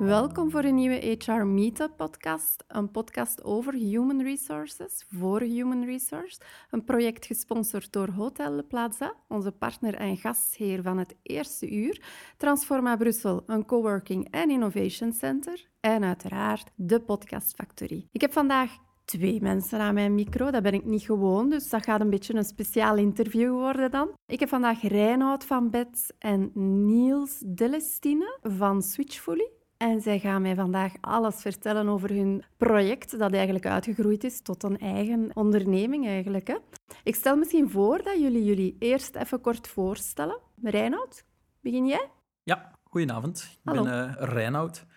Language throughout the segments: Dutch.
Welkom voor een nieuwe HR Meetup podcast, een podcast over human resources, voor human resource. Een project gesponsord door Hotel de Plaza, onze partner en gastheer van het eerste uur, Transforma Brussel, een coworking en innovation center en uiteraard de Podcast Factory. Ik heb vandaag 2 mensen aan mijn micro, dat ben ik niet gewoon, dus dat gaat een beetje een speciaal interview worden dan. Ik heb vandaag Reinoud van Bets en Niels Delestine van Switchfully. En zij gaan mij vandaag alles vertellen over hun project, dat eigenlijk uitgegroeid is tot een eigen onderneming eigenlijk. Hè. Ik stel misschien voor dat jullie eerst even kort voorstellen. Reinoud, begin jij? Ja, goedenavond. Hallo. Ik ben Reinoud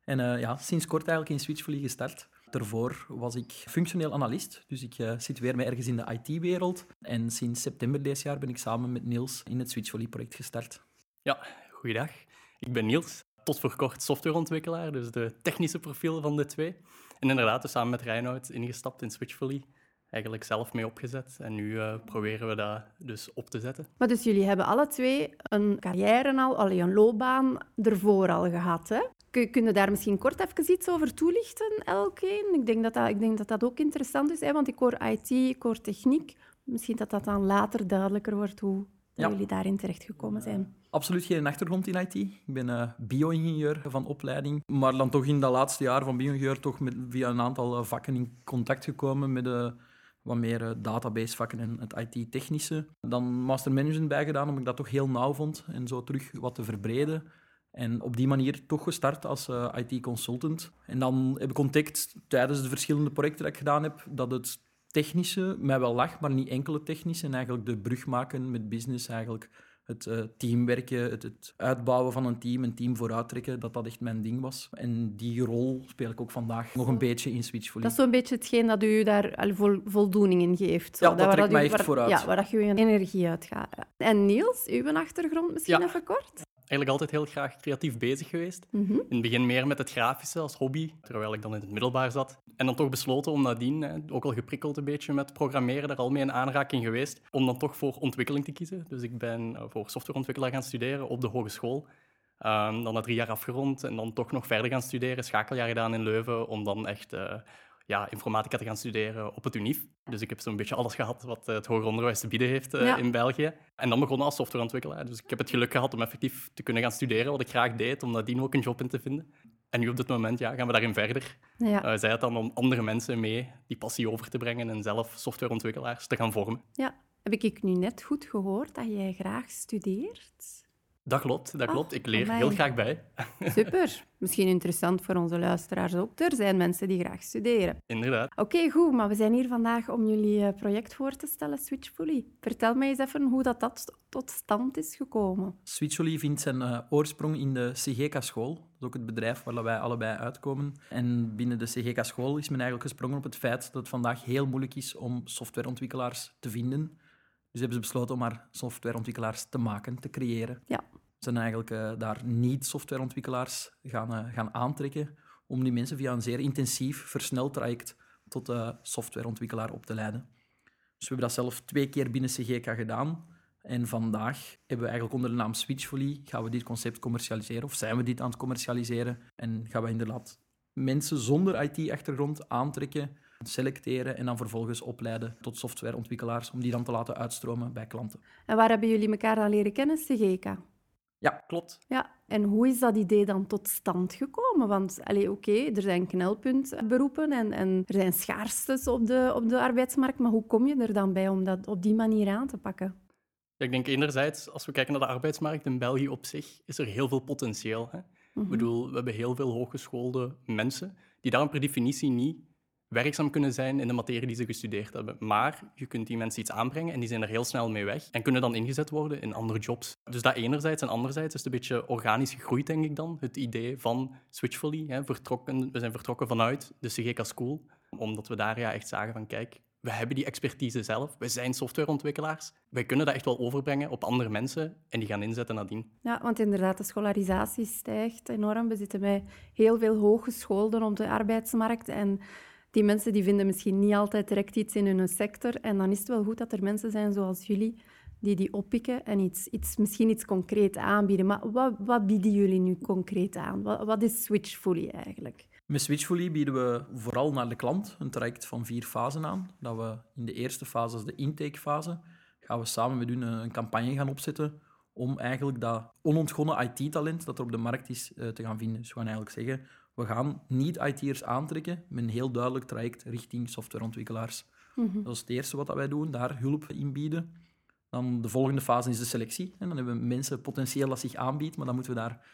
en sinds kort eigenlijk in Switchfully gestart. Daarvoor was ik functioneel analist, dus ik situeer me ergens in de IT-wereld. En sinds september dit jaar ben ik samen met Niels in het Switchfully-project gestart. Ja, goeiedag. Ik ben Niels, tot voor kort softwareontwikkelaar, dus de technische profiel van de twee. En inderdaad, dus samen met Reinoud ingestapt in Switchfully. Eigenlijk zelf mee opgezet. En nu proberen we dat dus op te zetten. Maar dus jullie hebben alle twee een carrière al, een loopbaan ervoor al gehad, hè? Kun je daar misschien kort even iets over toelichten, elkeen? Ik denk dat dat ook interessant is, hè? Want ik hoor IT, ik hoor techniek. Misschien dat dan later duidelijker wordt hoe jullie daarin terechtgekomen zijn. Absoluut geen achtergrond in IT. Ik ben bio-ingenieur van opleiding, maar dan toch in dat laatste jaar van bio-ingenieur toch via een aantal vakken in contact gekomen met wat meer databasevakken en het IT-technische. Dan master management bijgedaan, omdat ik dat toch heel nauw vond en zo terug wat te verbreden. En op die manier toch gestart als IT-consultant. En dan heb ik ontdekt, tijdens de verschillende projecten die ik gedaan heb, dat het technische mij wel lag, maar niet enkel het technische. En eigenlijk de brug maken met business, eigenlijk het teamwerken, het uitbouwen van een team vooruittrekken, dat echt mijn ding was. En die rol speel ik ook vandaag nog een beetje in Switchfully. Dat is zo'n beetje hetgeen dat u daar voldoening in geeft. Ja, dat trekt mij echt vooruit. Ja, waar je energie uit gaat. En Niels, uw achtergrond misschien even kort? Eigenlijk altijd heel graag creatief bezig geweest. In het begin meer met het grafische als hobby, terwijl ik dan in het middelbaar zat. En dan toch besloten om nadien, ook al geprikkeld een beetje met programmeren, daar al mee in aanraking geweest, om dan toch voor ontwikkeling te kiezen. Dus ik ben voor softwareontwikkelaar gaan studeren op de hogeschool. Dan na 3 jaar afgerond en dan toch nog verder gaan studeren, schakeljaar gedaan in Leuven, om dan echt informatica te gaan studeren op het UNIF. Dus ik heb zo'n beetje alles gehad wat het hoger onderwijs te bieden heeft in België. En dan begonnen als softwareontwikkelaar. Dus ik heb het geluk gehad om effectief te kunnen gaan studeren, wat ik graag deed, om nadien ook een job in te vinden. En nu op dit moment gaan we daarin verder. Ja. Zij het dan om andere mensen mee die passie over te brengen en zelf softwareontwikkelaars te gaan vormen. Ja. Heb ik nu net goed gehoord dat jij graag studeert? Dat klopt. Ik leer heel graag bij. Super. Misschien interessant voor onze luisteraars ook. Er zijn mensen die graag studeren. Inderdaad. Oké, goed. Maar we zijn hier vandaag om jullie project voor te stellen, Switchfully. Vertel mij eens even hoe dat tot stand is gekomen. Switchfully vindt zijn oorsprong in de CGK-school. Dat is ook het bedrijf waar wij allebei uitkomen. En binnen de CGK-school is men eigenlijk gesprongen op het feit dat het vandaag heel moeilijk is om softwareontwikkelaars te vinden. Dus hebben ze besloten om maar softwareontwikkelaars te maken, te creëren. Ja. Ze zijn eigenlijk daar niet-softwareontwikkelaars gaan aantrekken om die mensen via een zeer intensief, versneld traject tot softwareontwikkelaar op te leiden. Dus we hebben dat zelf 2 keer binnen CGK gedaan. En vandaag hebben we eigenlijk onder de naam Switchfully gaan we dit concept commercialiseren, of zijn we dit aan het commercialiseren. En gaan we inderdaad mensen zonder IT-achtergrond aantrekken, selecteren en dan vervolgens opleiden tot softwareontwikkelaars, om die dan te laten uitstromen bij klanten. En waar hebben jullie elkaar dan leren kennen, CGK? Ja, klopt. Ja, en hoe is dat idee dan tot stand gekomen? Want, er zijn knelpuntberoepen en er zijn schaarstes op de arbeidsmarkt, maar hoe kom je er dan bij om dat op die manier aan te pakken? Ja, ik denk enerzijds, als we kijken naar de arbeidsmarkt in België op zich, is er heel veel potentieel. Hè? Ik bedoel, we hebben heel veel hooggeschoolde mensen die daarom per definitie niet werkzaam kunnen zijn in de materie die ze gestudeerd hebben. Maar je kunt die mensen iets aanbrengen en die zijn er heel snel mee weg en kunnen dan ingezet worden in andere jobs. Dus dat enerzijds. En anderzijds is het een beetje organisch gegroeid, denk ik dan. Het idee van Switchfully. Hè, we zijn vertrokken vanuit de CGK School, omdat we daar echt zagen van, kijk, we hebben die expertise zelf. We zijn softwareontwikkelaars. Wij kunnen dat echt wel overbrengen op andere mensen en die gaan inzetten nadien. Ja, want inderdaad, de scholarisatie stijgt enorm. We zitten met heel veel hooggeschoolden op de arbeidsmarkt en die mensen die vinden misschien niet altijd direct iets in hun sector. En dan is het wel goed dat er mensen zijn zoals jullie die oppikken en misschien iets concreet aanbieden. Maar wat bieden jullie nu concreet aan? Wat is Switchfully eigenlijk? Met Switchfully bieden we vooral naar de klant een traject van 4 fasen aan. Dat we in de eerste fase, de intakefase, gaan we samen met hun een campagne gaan opzetten om eigenlijk dat onontgonnen IT-talent dat er op de markt is te gaan vinden. Dus we gaan eigenlijk zeggen, we gaan niet-IT'ers aantrekken met een heel duidelijk traject richting softwareontwikkelaars. Dat is het eerste wat wij doen, daar hulp in bieden. Dan de volgende fase is de selectie. En dan hebben we mensen potentieel dat zich aanbiedt, maar dan moeten we daar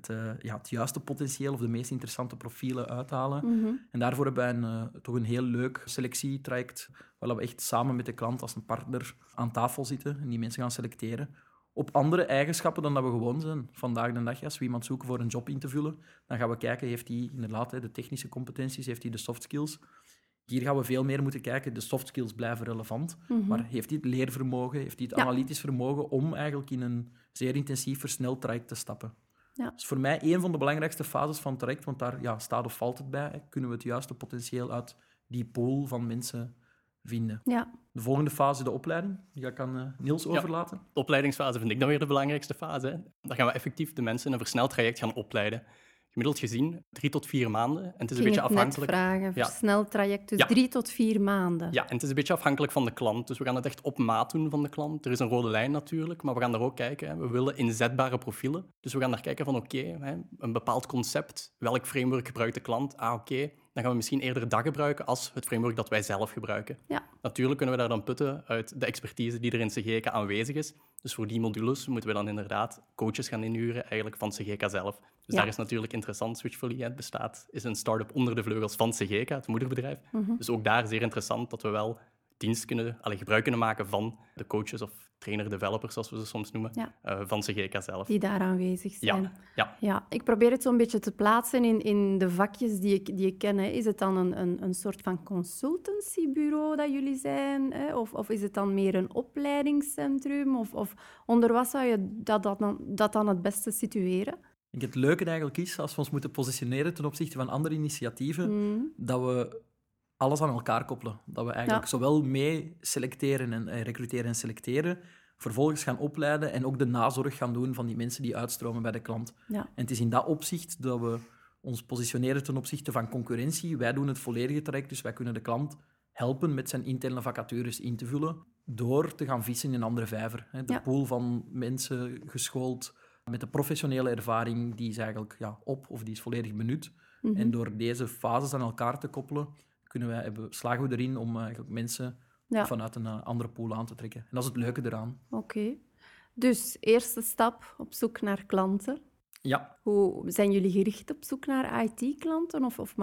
het juiste potentieel of de meest interessante profielen uithalen. En daarvoor hebben wij toch een heel leuk selectietraject, waar we echt samen met de klant als een partner aan tafel zitten en die mensen gaan selecteren. Op andere eigenschappen dan dat we gewoon zijn. Vandaag de dag, als we iemand zoeken voor een job in te vullen, dan gaan we kijken, heeft hij inderdaad de technische competenties, heeft hij de soft skills. Hier gaan we veel meer moeten kijken, de soft skills blijven relevant, maar heeft hij het leervermogen, heeft hij het analytisch vermogen om eigenlijk in een zeer intensief versneld traject te stappen. Ja. Dat is voor mij een van de belangrijkste fases van het traject, want daar staat of valt het bij. Kunnen we het juiste potentieel uit die pool van mensen vinden. Ja. De volgende fase, de opleiding, die ga ik aan Niels overlaten. De opleidingsfase vind ik dan weer de belangrijkste fase. Hè. Dan gaan we effectief de mensen in een versneld traject gaan opleiden. Gemiddeld gezien 3 tot 4 maanden. En het is een beetje afhankelijk. Vragen, versneld traject, dus 3 tot 4 maanden. Ja, en het is een beetje afhankelijk van de klant. Dus we gaan het echt op maat doen van de klant. Er is een rode lijn natuurlijk, maar we gaan daar ook kijken. Hè. We willen inzetbare profielen. Dus we gaan daar kijken van een bepaald concept. Welk framework gebruikt de klant? Dan gaan we misschien eerder dat gebruiken als het framework dat wij zelf gebruiken. Ja. Natuurlijk kunnen we daar dan putten uit de expertise die er in CGK aanwezig is. Dus voor die modules moeten we dan inderdaad coaches gaan inhuren, eigenlijk van CGK zelf. Dus daar is natuurlijk interessant. Switchfully, het bestaat, is een start-up onder de vleugels van CGK, het moederbedrijf. Dus ook daar zeer interessant dat we wel gebruik kunnen maken van de coaches of trainer-developers, zoals we ze soms noemen, van CGK zelf. Die daar aanwezig zijn. Ja. Ik probeer het zo'n beetje te plaatsen in de vakjes die ik ken. Hè. Is het dan een soort van consultancybureau dat jullie zijn? Hè? Of is het dan meer een opleidingscentrum? Of onder wat zou je dat dan het beste situeren? Het leuke eigenlijk is, als we ons moeten positioneren ten opzichte van andere initiatieven, dat we alles aan elkaar koppelen. Dat we eigenlijk zowel mee selecteren en recruteren en selecteren, vervolgens gaan opleiden en ook de nazorg gaan doen van die mensen die uitstromen bij de klant. Ja. En het is in dat opzicht dat we ons positioneren ten opzichte van concurrentie. Wij doen het volledige traject, dus wij kunnen de klant helpen met zijn interne vacatures in te vullen door te gaan vissen in een andere vijver. De pool van mensen geschoold met de professionele ervaring, die is eigenlijk op of die is volledig benut. En door deze fases aan elkaar te koppelen, slagen we erin om eigenlijk mensen vanuit een andere pool aan te trekken. En dat is het leuke eraan. Oké. Dus eerste stap, op zoek naar klanten. Ja. Hoe zijn jullie gericht op zoek naar IT-klanten?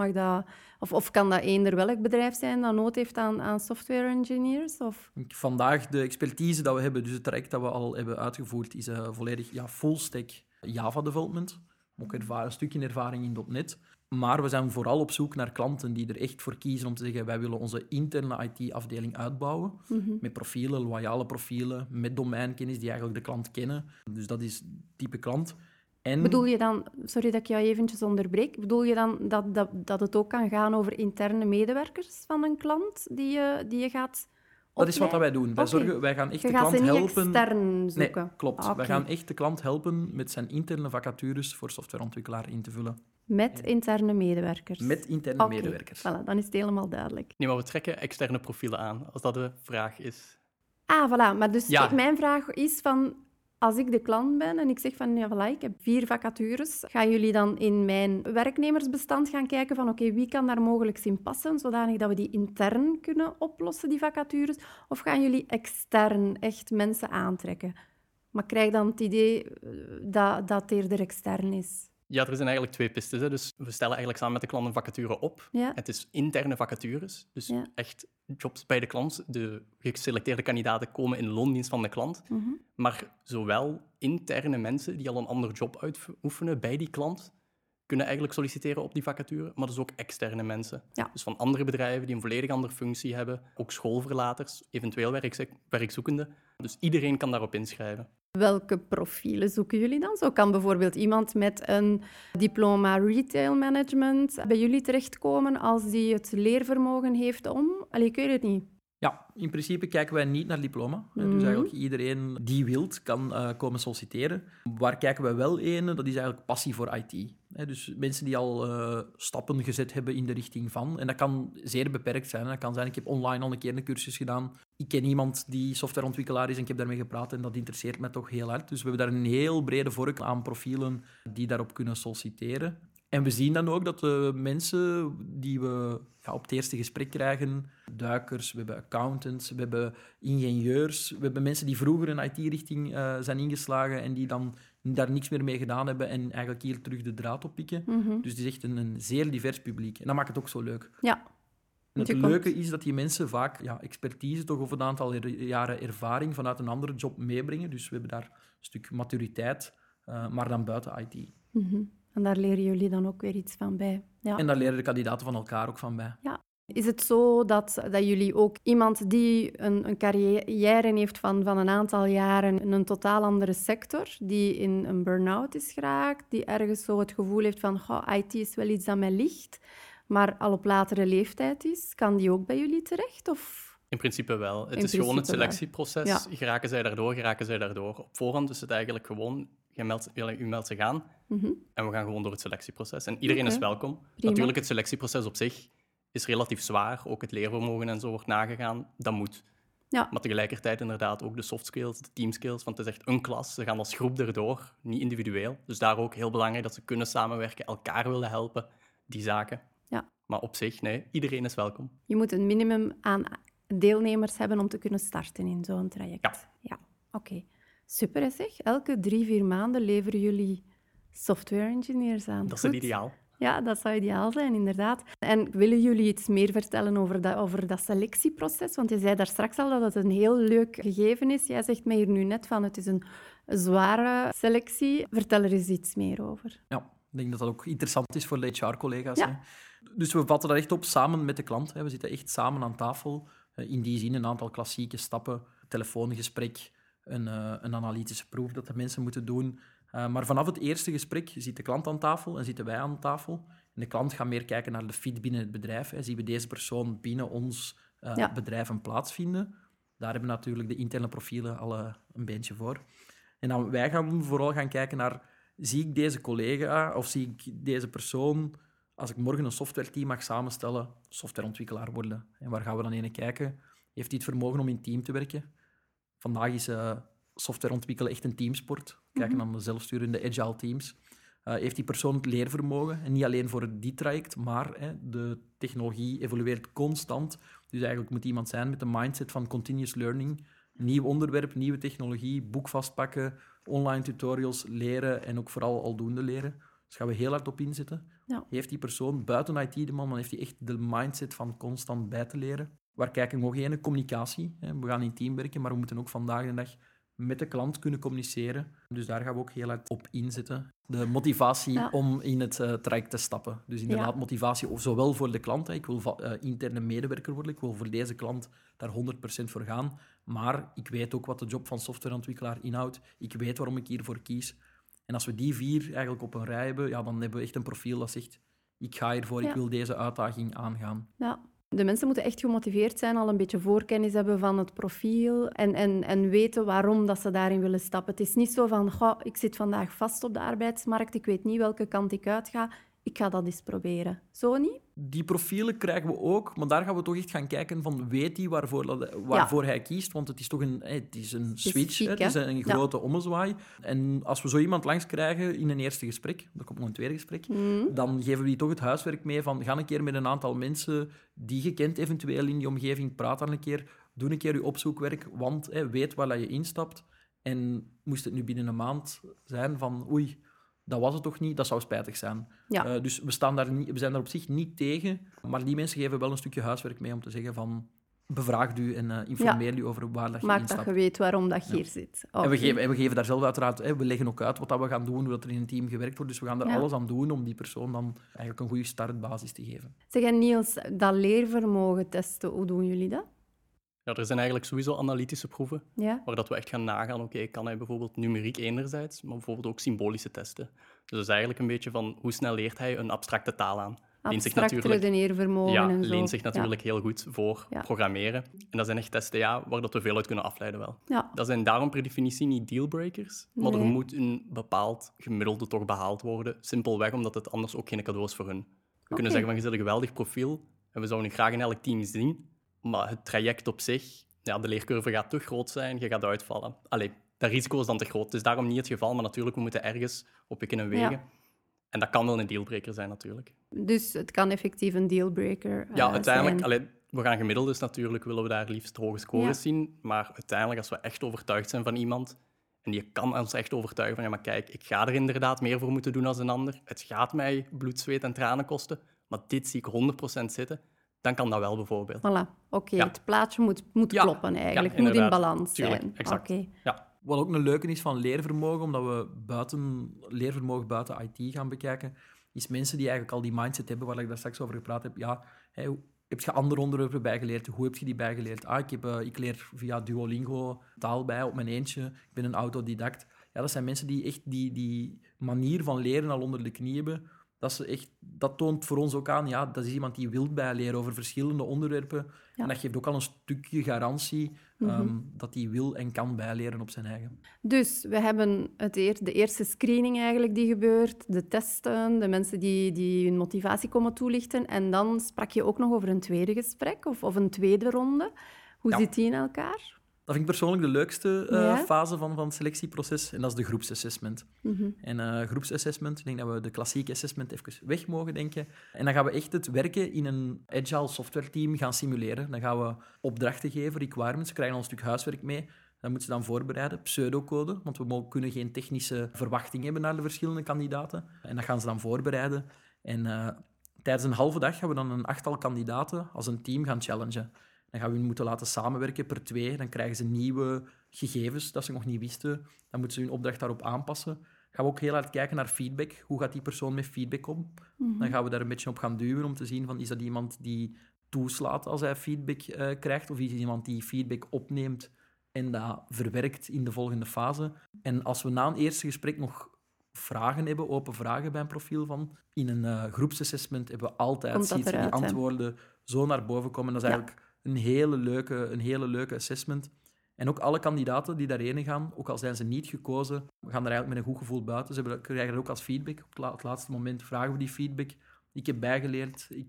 Of kan dat eender welk bedrijf zijn dat nood heeft aan software engineers? Of? Vandaag de expertise dat we hebben, dus het traject dat we al hebben uitgevoerd, is volledig full stack Java development. Ook een stukje ervaring in .NET. Maar we zijn vooral op zoek naar klanten die er echt voor kiezen om te zeggen, wij willen onze interne IT-afdeling uitbouwen. Met profielen, loyale profielen, met domeinkennis die eigenlijk de klant kennen. Dus dat is type klant. En... Bedoel je dan, sorry dat ik jou eventjes onderbreek, bedoel je dan dat het ook kan gaan over interne medewerkers van een klant die je gaat opleiden? Dat is wat wij doen. Wij gaan echt de klant helpen. Extern zoeken? Nee, klopt. Wij gaan echt de klant helpen met zijn interne vacatures voor softwareontwikkelaar in te vullen. Met interne medewerkers? Met interne medewerkers. Voilà, dan is het helemaal duidelijk. Nee, maar we trekken externe profielen aan, als dat de vraag is. Voilà. Maar dus mijn vraag is van, als ik de klant ben en ik zeg van, ik heb 4 vacatures, gaan jullie dan in mijn werknemersbestand gaan kijken van, wie kan daar mogelijk in passen, zodanig dat we die intern kunnen oplossen, die vacatures? Of gaan jullie extern echt mensen aantrekken? Maar ik krijg dan het idee dat het eerder extern is. Ja, er zijn eigenlijk 2 pistes. Hè. Dus we stellen eigenlijk samen met de klant een vacature op. Ja. Het is interne vacatures, dus echt jobs bij de klant. De geselecteerde kandidaten komen in loondienst van de klant. Maar zowel interne mensen die al een ander job uitoefenen bij die klant, kunnen eigenlijk solliciteren op die vacature, maar dus ook externe mensen. Ja. Dus van andere bedrijven die een volledig andere functie hebben, ook schoolverlaters, eventueel werkzoekenden. Dus iedereen kan daarop inschrijven. Welke profielen zoeken jullie dan? Zo kan bijvoorbeeld iemand met een diploma retail management bij jullie terechtkomen als die het leervermogen heeft om... Ik weet het niet. Ja, in principe kijken wij niet naar diploma. Dus eigenlijk iedereen die wilt, kan komen solliciteren. Waar kijken wij wel in? Dat is eigenlijk passie voor IT. Dus mensen die al stappen gezet hebben in de richting van. En dat kan zeer beperkt zijn. Dat kan zijn, ik heb online al een keer een cursus gedaan. Ik ken iemand die softwareontwikkelaar is en ik heb daarmee gepraat en dat interesseert mij toch heel hard. Dus we hebben daar een heel brede vork aan profielen die daarop kunnen solliciteren. En we zien dan ook dat de mensen die we op het eerste gesprek krijgen, duikers, we hebben accountants, we hebben ingenieurs, we hebben mensen die vroeger een IT-richting zijn ingeslagen en die dan daar niks meer mee gedaan hebben en eigenlijk hier terug de draad op pikken. Dus het is echt een zeer divers publiek. En dat maakt het ook zo leuk. Ja. En het leuke is dat die mensen vaak expertise toch of een aantal jaren ervaring vanuit een andere job meebrengen. Dus we hebben daar een stuk maturiteit, maar dan buiten IT. En daar leren jullie dan ook weer iets van bij. Ja. En daar leren de kandidaten van elkaar ook van bij. Ja. Is het zo dat jullie ook iemand die een carrière heeft van een aantal jaren in een totaal andere sector, die in een burn-out is geraakt, die ergens zo het gevoel heeft van IT is wel iets dat mij ligt, maar al op latere leeftijd is, kan die ook bij jullie terecht? Of? In principe wel. Het is gewoon het selectieproces. Ja. Geraken zij daardoor. Op voorhand is het eigenlijk gewoon, u meldt zich aan en we gaan gewoon door het selectieproces. En iedereen is welkom. Prima. Natuurlijk, het selectieproces op zich is relatief zwaar. Ook het leervermogen en zo wordt nagegaan. Dat moet. Ja. Maar tegelijkertijd inderdaad ook de soft skills, de team skills. Want het is echt een klas. Ze gaan als groep erdoor, niet individueel. Dus daar ook heel belangrijk dat ze kunnen samenwerken, elkaar willen helpen, die zaken. Ja. Maar op zich, nee, iedereen is welkom. Je moet een minimum aan deelnemers hebben om te kunnen starten in zo'n traject. Ja. Oké. Super, hè, zeg. Elke 3-4 maanden leveren jullie software engineers aan. Dat is het ideaal. Ja, dat zou ideaal zijn, inderdaad. En willen jullie iets meer vertellen over dat selectieproces? Want je zei daar straks al dat het een heel leuk gegeven is. Jij zegt mij hier nu net van, het is een zware selectie. Vertel er eens iets meer over. Ja, ik denk dat dat ook interessant is voor de HR-collega's. Ja. Dus we vatten dat echt op samen met de klant. We zitten echt samen aan tafel. In die zin een aantal klassieke stappen. Telefoongesprek, een analytische proef dat de mensen moeten doen. Maar vanaf het eerste gesprek zit de klant aan tafel en zitten wij aan tafel. En de klant gaat meer kijken naar de fit binnen het bedrijf. Zien we deze persoon binnen ons bedrijf een plaats vinden? Daar hebben we natuurlijk de interne profielen al een beetje voor. En dan wij gaan vooral gaan kijken naar, zie ik deze collega of zie ik deze persoon, als ik morgen een softwareteam mag samenstellen, softwareontwikkelaar worden? En waar gaan we dan heen kijken? Heeft hij het vermogen om in team te werken? Vandaag is software ontwikkelen echt een teamsport. Kijken naar de zelfsturende agile teams. Heeft die persoon het leervermogen? En niet alleen voor dit traject, maar de technologie evolueert constant. Dus eigenlijk moet iemand zijn met een mindset van continuous learning. Nieuw onderwerp, nieuwe technologie, boek vastpakken, online tutorials leren en ook vooral aldoende leren. Dus gaan we heel hard op inzetten. Ja. Heeft die persoon buiten IT de man, dan heeft hij echt de mindset van constant bij te leren. Waar kijken we nog heen? Communicatie. We gaan in team werken, maar we moeten ook vandaag de dag met de klant kunnen communiceren. Dus daar gaan we ook heel hard op inzetten. De motivatie om in het traject te stappen. Dus inderdaad motivatie zowel voor de klant. Ik wil interne medewerker worden. Ik wil voor deze klant daar 100% voor gaan. Maar ik weet ook wat de job van softwareontwikkelaar inhoudt. Ik weet waarom ik hiervoor kies. En als we die 4 eigenlijk op een rij hebben, dan hebben we echt een profiel dat zegt, ik ga hiervoor, ik wil deze uitdaging aangaan. Ja. De mensen moeten echt gemotiveerd zijn, al een beetje voorkennis hebben van het profiel en weten waarom dat ze daarin willen stappen. Het is niet zo van, ik zit vandaag vast op de arbeidsmarkt, ik weet niet welke kant ik uit ga, ik ga dat eens proberen. Zo niet? Die profielen krijgen we ook, maar daar gaan we toch echt gaan kijken van, weet hij waarvoor hij kiest? Want het is toch een switch, het is een grote ommezwaai. En als we zo iemand langs krijgen in een eerste gesprek, er komt nog een tweede gesprek, dan geven we die toch het huiswerk mee van, ga een keer met een aantal mensen die je kent eventueel in die omgeving, praat dan een keer, doe een keer je opzoekwerk, want weet waar je instapt. En moest het nu binnen een maand zijn van, oei, dat was het toch niet, dat zou spijtig zijn. Ja. Dus we zijn daar op zich niet tegen, maar die mensen geven wel een stukje huiswerk mee om te zeggen van, bevraag u en informeer u over waar dat je instapt. Maak dat je weet waarom dat je hier zit. En we geven daar zelf uiteraard, we leggen ook uit wat dat we gaan doen, hoe dat er in een team gewerkt wordt. Dus we gaan er alles aan doen om die persoon dan eigenlijk een goede startbasis te geven. Zeg, en Niels, dat leervermogen testen, hoe doen jullie dat? Ja, er zijn eigenlijk sowieso analytische proeven, waar dat we echt gaan nagaan, kan hij bijvoorbeeld numeriek enerzijds, maar bijvoorbeeld ook symbolische testen. Dus dat is eigenlijk een beetje van, hoe snel leert hij een abstracte taal aan? Abstract redeneervermogen en zo. leent zich natuurlijk heel goed voor programmeren. En dat zijn echt testen waar dat we veel uit kunnen afleiden wel. Ja. Dat zijn daarom per definitie niet dealbreakers, maar er moet een bepaald gemiddelde toch behaald worden. Simpelweg omdat het anders ook geen cadeau is voor hun. We kunnen zeggen van, je zet een geweldig profiel en we zouden je graag in elk team zien, maar het traject op zich, de leercurve gaat te groot zijn, je gaat uitvallen. Allee, dat risico is dan te groot. Het is daarom niet het geval, maar natuurlijk, we moeten ergens op kunnen wegen. Ja. En dat kan wel een dealbreaker zijn, natuurlijk. Dus het kan effectief een dealbreaker uiteindelijk, zijn. We gaan gemiddeld, dus natuurlijk willen we daar liefst hoge scores zien. Maar uiteindelijk, als we echt overtuigd zijn van iemand, en je kan ons echt overtuigen van, maar kijk, ik ga er inderdaad meer voor moeten doen als een ander. Het gaat mij bloed, zweet en tranen kosten, maar dit zie ik 100% zitten. Dan kan dat wel, bijvoorbeeld. Voilà, oké. Het plaatje moet kloppen eigenlijk. Het moet in balans zijn. Exact. Ja. Wat ook een leuke is van leervermogen, omdat we leervermogen buiten IT gaan bekijken, is mensen die eigenlijk al die mindset hebben, waar ik daar straks over gepraat heb. Heb je andere onderwerpen bijgeleerd? Hoe heb je die bijgeleerd? Ik leer via Duolingo taal bij op mijn eentje. Ik ben een autodidact. Ja, dat zijn mensen die echt die manier van leren al onder de knie hebben. Dat toont voor ons ook aan, dat is iemand die wil bijleren over verschillende onderwerpen. Ja. En dat geeft ook al een stukje garantie dat hij wil en kan bijleren op zijn eigen. Dus we hebben de eerste screening eigenlijk die gebeurt, de testen, de mensen die hun motivatie komen toelichten. En dan sprak je ook nog over een tweede gesprek of een tweede ronde. Hoe zit die in elkaar? Dat vind ik persoonlijk de leukste fase van het selectieproces. En dat is de groepsassessment. En groepsassessment, ik denk dat we de klassieke assessment even weg mogen denken. En dan gaan we echt het werken in een agile software team gaan simuleren. Dan gaan we opdrachten geven, requirements, ze krijgen al een stuk huiswerk mee. Dat moeten ze dan voorbereiden, pseudocode, want we kunnen geen technische verwachting hebben naar de verschillende kandidaten. En dat gaan ze dan voorbereiden. En tijdens een halve dag gaan we dan een 8-tal kandidaten als een team gaan challengen. Dan gaan we hun moeten laten samenwerken per 2. Dan krijgen ze nieuwe gegevens dat ze nog niet wisten. Dan moeten ze hun opdracht daarop aanpassen. Gaan we ook heel hard kijken naar feedback. Hoe gaat die persoon met feedback om? Dan gaan we daar een beetje op gaan duwen om te zien van, is dat iemand die toeslaat als hij feedback krijgt? Of is het iemand die feedback opneemt en dat verwerkt in de volgende fase? En als we na een eerste gesprek nog vragen hebben, open vragen bij een profiel van, in een groepsassessment hebben we altijd ziet die antwoorden zo naar boven komen. Dat is eigenlijk een hele leuke assessment. En ook alle kandidaten die daarheen gaan, ook al zijn ze niet gekozen, we gaan er eigenlijk met een goed gevoel buiten. Ze krijgen er ook als feedback. Op het laatste moment vragen we die feedback. Ik heb bijgeleerd. Ik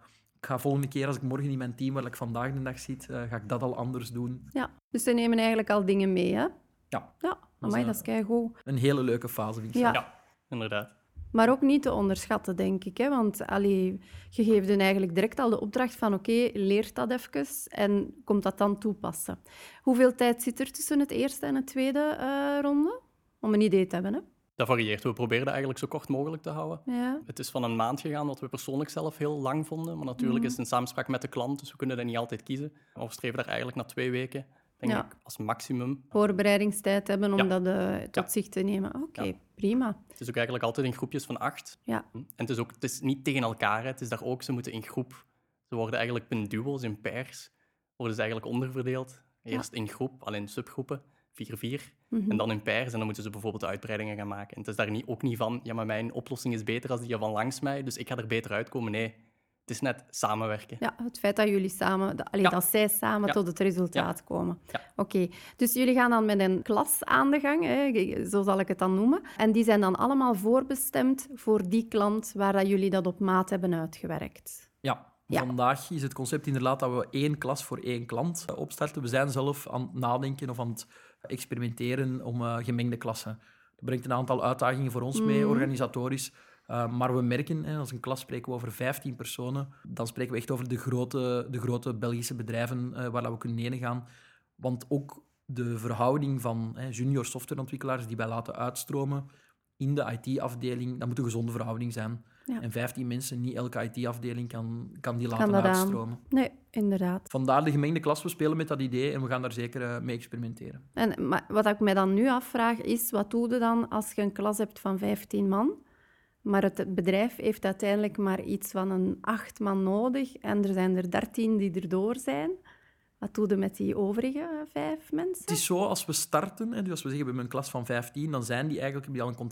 ga volgende keer, als ik morgen in mijn team, waar ik vandaag de dag zit, ga ik dat al anders doen. Ja, dus ze nemen eigenlijk al dingen mee, hè? Ja. Amai, dat is keigoed. Een hele leuke fase, vind ik. Ja, inderdaad. Maar ook niet te onderschatten, denk ik. Hè? Want je geeft hun eigenlijk direct al de opdracht van oké, leer dat even en komt dat dan toepassen. Hoeveel tijd zit er tussen het eerste en het tweede ronde? Om een idee te hebben, hè? Dat varieert. We proberen dat eigenlijk zo kort mogelijk te houden. Ja. Het is van een maand gegaan, wat we persoonlijk zelf heel lang vonden. Maar natuurlijk is het in samenspraak met de klant, dus we kunnen dat niet altijd kiezen. Maar we streven daar eigenlijk naar 2 weken, denk ik, als maximum. Voorbereidingstijd hebben om dat tot zich te nemen. Oké, prima. Het is ook eigenlijk altijd in groepjes van 8. Ja. En het is niet tegen elkaar. Hè. Het is daar ook, ze moeten in groep. Ze worden eigenlijk in duo's, in pairs, worden ze eigenlijk onderverdeeld. Eerst in groep, alleen subgroepen, 4-4. En dan in pairs. En dan moeten ze bijvoorbeeld uitbreidingen gaan maken. En het is daar ook niet van, maar mijn oplossing is beter dan die van langs mij, dus ik ga er beter uitkomen. Nee, het is net samenwerken. Ja, het feit dat jullie samen, dat zij samen tot het resultaat komen. Ja. Oké, dus jullie gaan dan met een klas aan de gang, hè, zo zal ik het dan noemen. En die zijn dan allemaal voorbestemd voor die klant waar dat jullie dat op maat hebben uitgewerkt. Ja. Vandaag is het concept inderdaad dat we 1 klas voor 1 klant opstarten. We zijn zelf aan het nadenken of aan het experimenteren om gemengde klassen. Dat brengt een aantal uitdagingen voor ons mee, organisatorisch. Maar we merken, als een klas spreken we over 15 personen, dan spreken we echt over de grote Belgische bedrijven waar we kunnen heen gaan. Want ook de verhouding van junior softwareontwikkelaars die wij laten uitstromen in de IT-afdeling, dat moet een gezonde verhouding zijn. Ja. En 15 mensen, niet elke IT-afdeling kan die laten uitstromen. Nee, inderdaad. Vandaar de gemengde klas, we spelen met dat idee en we gaan daar zeker mee experimenteren. Maar wat ik mij dan nu afvraag is, wat doe je dan als je een klas hebt van 15 man, maar het bedrijf heeft uiteindelijk maar iets van een 8 man nodig en er zijn er 13 die erdoor zijn? Wat doe je met die overige 5 mensen? Het is zo, als we starten, dus als we zeggen we hebben een klas van 15, dan zijn die eigenlijk, hebben die al een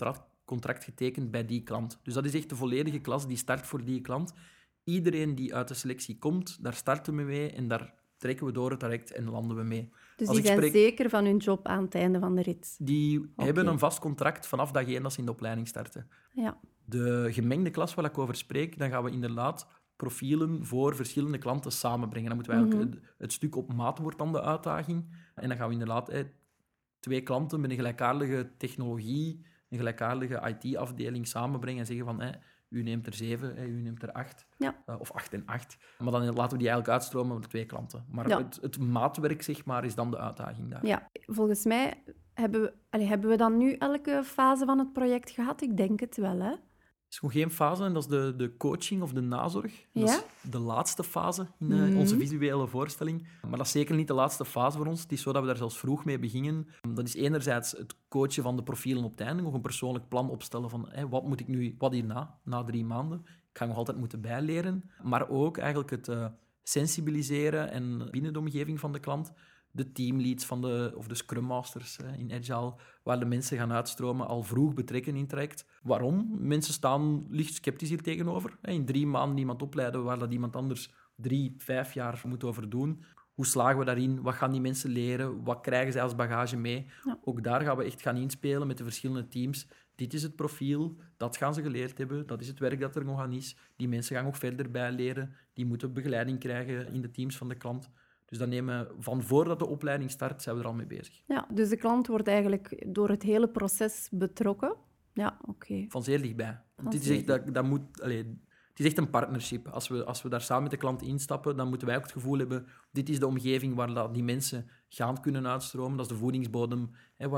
contract getekend bij die klant. Dus dat is echt de volledige klas die start voor die klant. Iedereen die uit de selectie komt, daar starten we mee en daar trekken we door het traject en landen we mee. Dus die zijn zeker van hun job aan het einde van de rit? Die hebben een vast contract vanaf dag 1 dat ze in de opleiding starten. Ja. De gemengde klas waar ik over spreek, dan gaan we inderdaad profielen voor verschillende klanten samenbrengen. Dan moeten we eigenlijk het stuk op maat wordt dan de uitdaging. En dan gaan we inderdaad 2 klanten met een gelijkaardige technologie, een gelijkaardige IT-afdeling samenbrengen en zeggen van u neemt er 7, u neemt er 8. Ja. Of 8 en 8. Maar dan laten we die eigenlijk uitstromen op de 2 klanten. Maar het maatwerk, zeg maar, is dan de uitdaging daar. Ja, volgens mij hebben we dan nu elke fase van het project gehad? Ik denk het wel, hè? Het is gewoon geen fase, en dat is de coaching of de nazorg. Ja? Dat is de laatste fase in onze visuele voorstelling. Maar dat is zeker niet de laatste fase voor ons. Het is zo dat we daar zelfs vroeg mee beginnen. Dat is enerzijds het coachen van de profielen op het einde, nog een persoonlijk plan opstellen van wat moet ik nu, wat hierna, na 3 maanden. Ik ga nog altijd moeten bijleren. Maar ook eigenlijk het sensibiliseren en binnen de omgeving van de klant de teamleads of de scrum masters in Agile, waar de mensen gaan uitstromen, al vroeg betrekken in het traject. Waarom? Mensen staan licht sceptisch hier tegenover. In 3 maanden iemand opleiden waar dat iemand anders 3, 5 jaar moet over doen. Hoe slagen we daarin? Wat gaan die mensen leren? Wat krijgen zij als bagage mee? Ja. Ook daar gaan we echt gaan inspelen met de verschillende teams. Dit is het profiel, dat gaan ze geleerd hebben, dat is het werk dat er nog aan is. Die mensen gaan nog verder bijleren, die moeten begeleiding krijgen in de teams van de klant. Dus dan van voordat de opleiding start, zijn we er al mee bezig. Ja, dus de klant wordt eigenlijk door het hele proces betrokken. Ja, oké. Van zeer dichtbij. Het is echt een partnership. Als we daar samen met de klant instappen, dan moeten wij ook het gevoel hebben, dit is de omgeving waar die mensen gaan kunnen uitstromen. Dat is de voedingsbodem,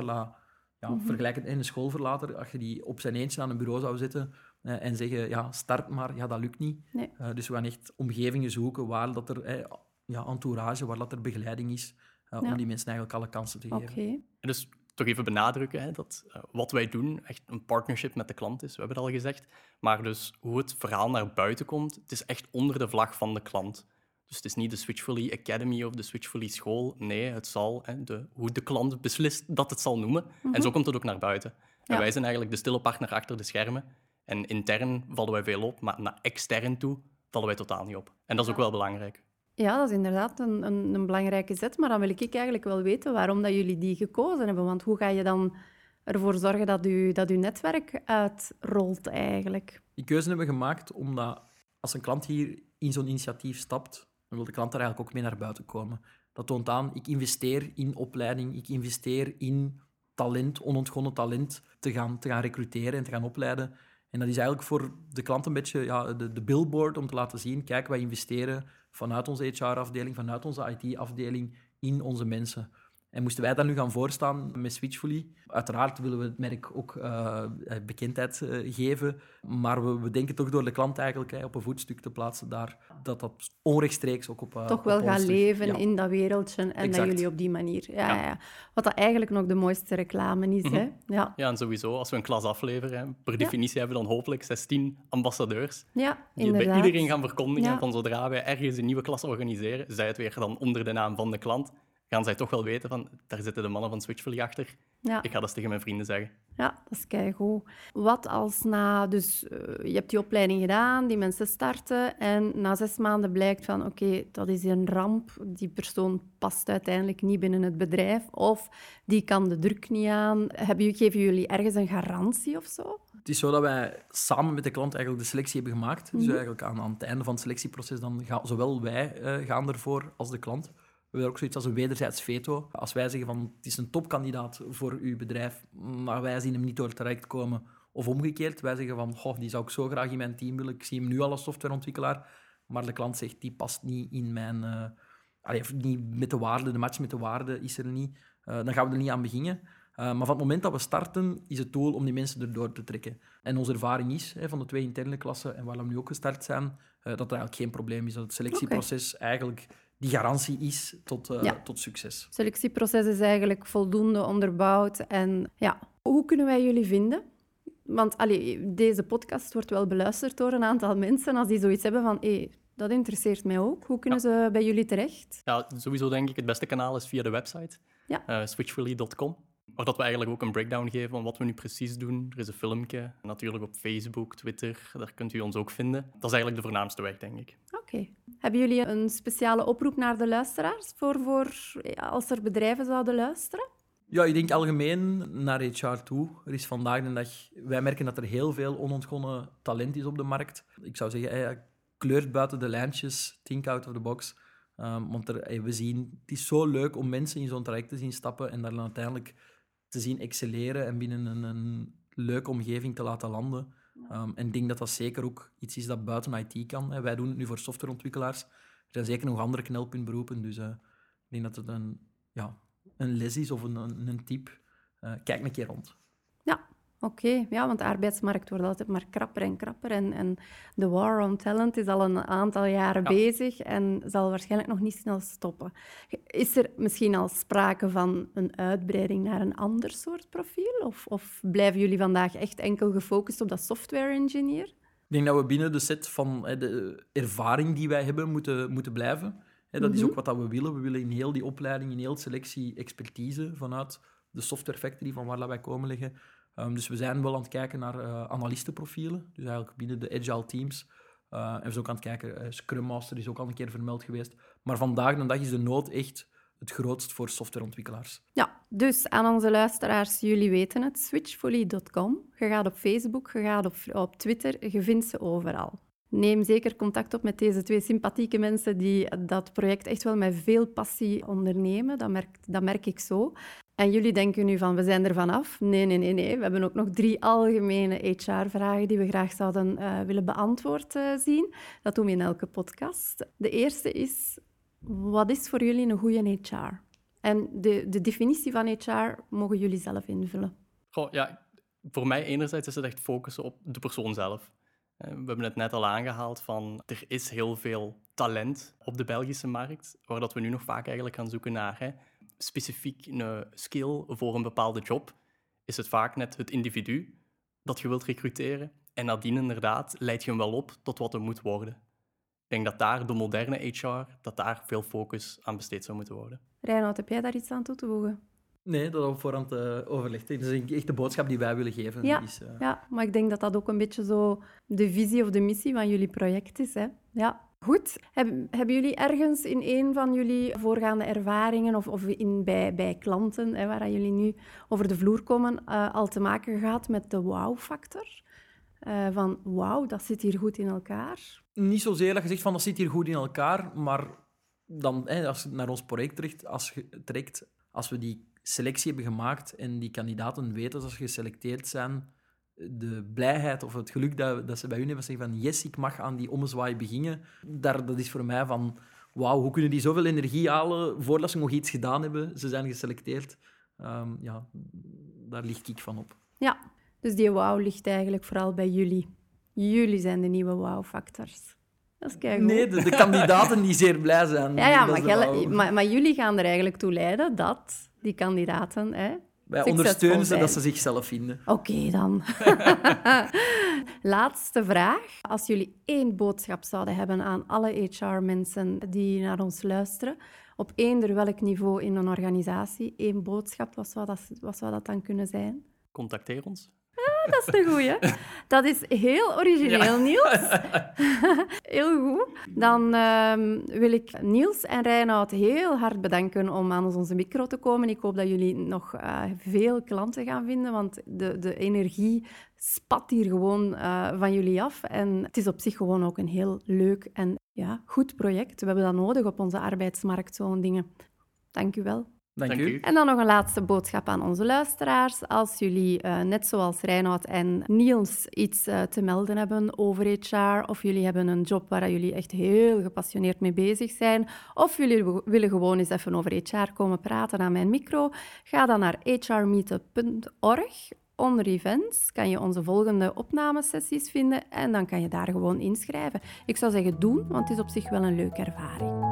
vergelijkend in een schoolverlater, als je die op zijn eentje aan een bureau zou zetten en zeggen, start maar, dat lukt niet. Nee. Dus we gaan echt omgevingen zoeken waar dat er... entourage, waar dat er begeleiding is, om die mensen eigenlijk alle kansen te geven. Okay. Dus toch even benadrukken dat wat wij doen echt een partnership met de klant is, we hebben het al gezegd. Maar dus hoe het verhaal naar buiten komt, het is echt onder de vlag van de klant. Dus het is niet de Switchfully Academy of de Switchfully school. Nee, het zal hoe de klant beslist dat het zal noemen. En zo komt het ook naar buiten. En wij zijn eigenlijk de stille partner achter de schermen. En intern vallen wij veel op, maar naar extern toe vallen wij totaal niet op. En dat is ook wel belangrijk. Ja, dat is inderdaad een belangrijke zet. Maar dan wil ik eigenlijk wel weten waarom dat jullie die gekozen hebben. Want hoe ga je dan ervoor zorgen dat uw netwerk uitrolt eigenlijk? Die keuze hebben we gemaakt omdat als een klant hier in zo'n initiatief stapt, dan wil de klant er eigenlijk ook mee naar buiten komen. Dat toont aan, ik investeer in opleiding, ik investeer in talent, onontgonnen talent, te gaan recruteren en te gaan opleiden. En dat is eigenlijk voor de klant een beetje de billboard om te laten zien, kijk, wij investeren vanuit onze HR-afdeling, vanuit onze IT-afdeling in onze mensen. En moesten wij daar nu gaan voorstaan met Switchfully? Uiteraard willen we het merk ook bekendheid geven, maar we denken toch door de klant eigenlijk op een voetstuk te plaatsen daar, dat onrechtstreeks ook op toch wel gaan leven in dat wereldje en exact. dat jullie op die manier... Ja. Wat dat eigenlijk nog de mooiste reclame is. Hè? Ja, en sowieso, als we een klas afleveren, per definitie hebben we dan hopelijk 16 ambassadeurs. Ja, die inderdaad. bij iedereen gaan verkondigen van zodra wij ergens een nieuwe klas organiseren, zij het weer dan onder de naam van de klant, gaan zij toch wel weten van, daar zitten de mannen van Switchfully achter. Ja. Ik ga dat tegen mijn vrienden zeggen. Ja, dat is keigoed. Wat als dus je hebt die opleiding gedaan, die mensen starten en na 6 maanden blijkt van oké, dat is een ramp, die persoon past uiteindelijk niet binnen het bedrijf of die kan de druk niet aan. Geven jullie ergens een garantie of zo? Het is zo dat wij samen met de klant eigenlijk de selectie hebben gemaakt. Dus eigenlijk aan het einde van het selectieproces dan zowel wij gaan ervoor als de klant. We hebben ook zoiets als een wederzijds veto. Als wij zeggen van het is een topkandidaat voor uw bedrijf, maar wij zien hem niet door het traject komen. Of omgekeerd, wij zeggen van die zou ik zo graag in mijn team willen. Ik zie hem nu al als softwareontwikkelaar, maar de klant zegt die past niet in mijn... niet met de waarde, de match met de waarde is er niet. Dan gaan we er niet aan beginnen. Maar van het moment dat we starten, is het doel om die mensen erdoor te trekken. En onze ervaring is, van de 2 interne klassen en waar we nu ook gestart zijn, dat er eigenlijk geen probleem is. Dat het selectieproces eigenlijk die garantie is tot succes. Het selectieproces is eigenlijk voldoende onderbouwd. En hoe kunnen wij jullie vinden? Want deze podcast wordt wel beluisterd door een aantal mensen. Als die zoiets hebben van, dat interesseert mij ook. Hoe kunnen ze bij jullie terecht? Ja, sowieso denk ik het beste kanaal is via de website. Ja. Switchfully.com. waar dat we eigenlijk ook een breakdown geven van wat we nu precies doen. Er is een filmpje, natuurlijk op Facebook, Twitter, daar kunt u ons ook vinden. Dat is eigenlijk de voornaamste weg, denk ik. Oké. Hebben jullie een speciale oproep naar de luisteraars als er bedrijven zouden luisteren? Ja, ik denk algemeen naar HR toe. Er is vandaag de dag... Wij merken dat er heel veel onontgonnen talent is op de markt. Ik zou zeggen, kleurt buiten de lijntjes, think out of the box. Want we zien, het is zo leuk om mensen in zo'n traject te zien stappen en daar dan uiteindelijk te zien excelleren en binnen een leuke omgeving te laten landen. En ik denk dat dat zeker ook iets is dat buiten IT kan. Hè. Wij doen het nu voor softwareontwikkelaars. Er zijn zeker nog andere knelpuntberoepen. Dus ik denk dat het een les is of een tip. Kijk een keer rond. Ja, oké. Ja, want de arbeidsmarkt wordt altijd maar krapper en krapper. En de war on talent is al een aantal jaren bezig en zal waarschijnlijk nog niet snel stoppen. Is er misschien al sprake van een uitbreiding naar een ander soort profiel? Of blijven jullie vandaag echt enkel gefocust op dat software engineer? Ik denk dat we binnen de set van de ervaring die wij hebben moeten blijven. Dat is ook wat we willen. We willen in heel die opleiding, in heel de selectie, expertise vanuit de software factory, van waar wij komen liggen. Dus we zijn wel aan het kijken naar analistenprofielen, dus eigenlijk binnen de agile teams. En we zijn ook aan het kijken, Scrum Master is ook al een keer vermeld geweest. Maar vandaag de dag is de nood echt het grootst voor softwareontwikkelaars. Ja, dus aan onze luisteraars, jullie weten het, switchfully.com. Je gaat op Facebook, je gaat op Twitter, je vindt ze overal. Neem zeker contact op met deze 2 sympathieke mensen die dat project echt wel met veel passie ondernemen. Dat merk ik zo. En jullie denken nu van, we zijn er vanaf. Nee. We hebben ook nog 3 algemene HR-vragen die we graag zouden willen beantwoord zien. Dat doen we in elke podcast. De eerste is, wat is voor jullie een goede HR? En de definitie van HR mogen jullie zelf invullen. Voor mij enerzijds is het echt focussen op de persoon zelf. We hebben het net al aangehaald van, er is heel veel talent op de Belgische markt, waar dat we nu nog vaak eigenlijk gaan zoeken naar specifiek een skill voor een bepaalde job. Is het vaak net het individu dat je wilt recruteren. En nadien inderdaad leid je hem wel op tot wat er moet worden. Ik denk dat daar de moderne HR, dat daar veel focus aan besteed zou moeten worden. Reinoud, heb jij daar iets aan toe te voegen? Nee, dat hebben we op voorhand overlegd. Dat is echt de boodschap die wij willen geven. Ja, ja, maar ik denk dat dat ook een beetje zo de visie of de missie van jullie project is. Hè? Ja. Goed. Hebben jullie ergens in een van jullie voorgaande ervaringen of bij klanten, waar jullie nu over de vloer komen, al te maken gehad met de wow-factor? Van wauw, dat zit hier goed in elkaar? Niet zozeer dat je zegt van dat zit hier goed in elkaar, maar dan, als je naar ons project trekt, als we die selectie hebben gemaakt en die kandidaten weten dat ze geselecteerd zijn, de blijheid of het geluk dat ze bij hun hebben, zeggen van yes, ik mag aan die ommezwaai beginnen, dat is voor mij van wauw, hoe kunnen die zoveel energie halen voordat ze nog iets gedaan hebben? Ze zijn geselecteerd. Daar lig ik van op. Ja, dus die wauw ligt eigenlijk vooral bij jullie. Jullie zijn de nieuwe wauw-factors. Dat is keigoed. Nee, de kandidaten die zeer blij zijn. Maar jullie gaan er eigenlijk toe leiden dat die kandidaten... Wij ondersteunen ze dat ze zichzelf vinden. Oké, dan. Laatste vraag. Als jullie 1 boodschap zouden hebben aan alle HR-mensen die naar ons luisteren, op eender welk niveau in een organisatie, 1 boodschap, wat zou dat dan kunnen zijn? Contacteer ons. Dat is de goeie. Dat is heel origineel, Niels. Heel goed. Dan wil ik Niels en Reinoud heel hard bedanken om aan onze micro te komen. Ik hoop dat jullie nog veel klanten gaan vinden, want de energie spat hier gewoon van jullie af. En het is op zich gewoon ook een heel leuk en goed project. We hebben dat nodig op onze arbeidsmarkt, zo'n dingen. Dank u wel. Dank u. En dan nog een laatste boodschap aan onze luisteraars. Als jullie, net zoals Reinoud en Niels, iets te melden hebben over HR, of jullie hebben een job waar jullie echt heel gepassioneerd mee bezig zijn, of jullie willen gewoon eens even over HR komen praten aan mijn micro, ga dan naar hrmeetup.org. Onder events kan je onze volgende opnamesessies vinden en dan kan je daar gewoon inschrijven. Ik zou zeggen doen, want het is op zich wel een leuke ervaring.